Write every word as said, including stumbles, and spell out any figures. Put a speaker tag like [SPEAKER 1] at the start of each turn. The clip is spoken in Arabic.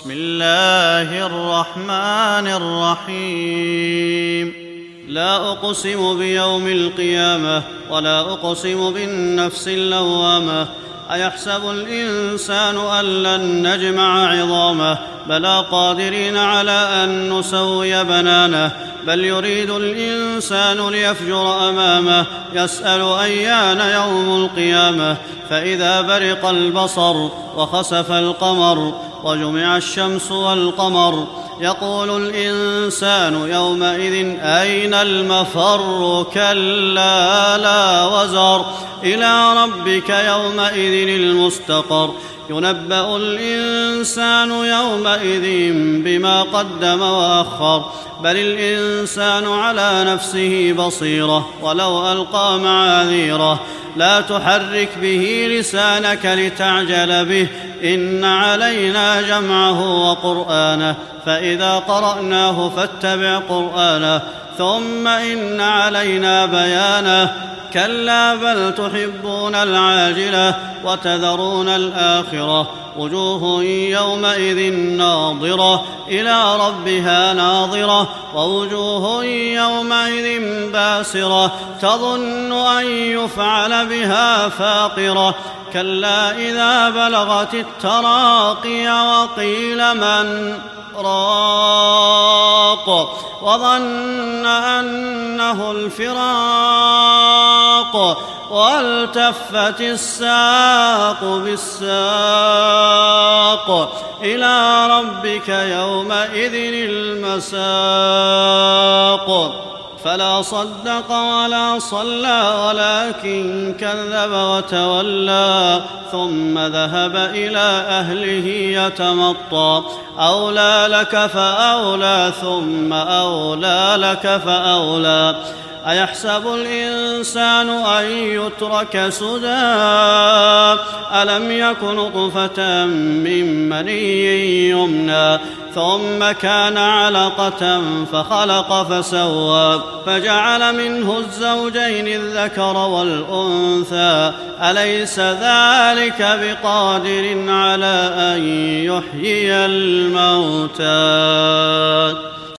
[SPEAKER 1] بسم الله الرحمن الرحيم لا أقسم بيوم القيامة ولا أقسم بالنفس اللوامة أيحسب الإنسان أن لن نجمع عظامه بلى قادرين على أن نسوي بنانه بل يريد الإنسان ليفجر أمامه يسأل أيان يوم القيامة فإذا برق البصر وخسف القمر وجمع الشمس والقمر يقول الإنسان يومئذ أين المفر كلا لا وزر إلى ربك يومئذ المستقر ينبأ الإنسان يومئذ بما قدم وأخر بل الإنسان على نفسه بصيرة ولو ألقى معاذيره لا تحرك به لسانك لتعجل به إن علينا جمعه وقرآنه فإذا قرأناه فاتبع قرآنه ثم إن علينا بيانه كلا بل تحبون العاجلة وتذرون الآخرة وجوه يومئذ ناظرة إلى ربها ناظرة ووجوه يومئذ باسرة تظن أن يفعل بها فاقرة كلا إذا بلغت التراقي وقيل من راق وظن أنه الفراق والتفت الساق بالساق إلى ربك يومئذ المساق فلا صدق ولا صلى ولكن كذب وتولى ثم ذهب إلى أهله يتمطى أولى لك فأولى ثم أولى لك فأولى أيحسب الإنسان أن يترك سدى ألم يك نطفة من مني يمنى ثم كان علقة فخلق فسوى فجعل منه الزوجين الذكر والأنثى أليس ذلك بقادر على أن يحيي الموتى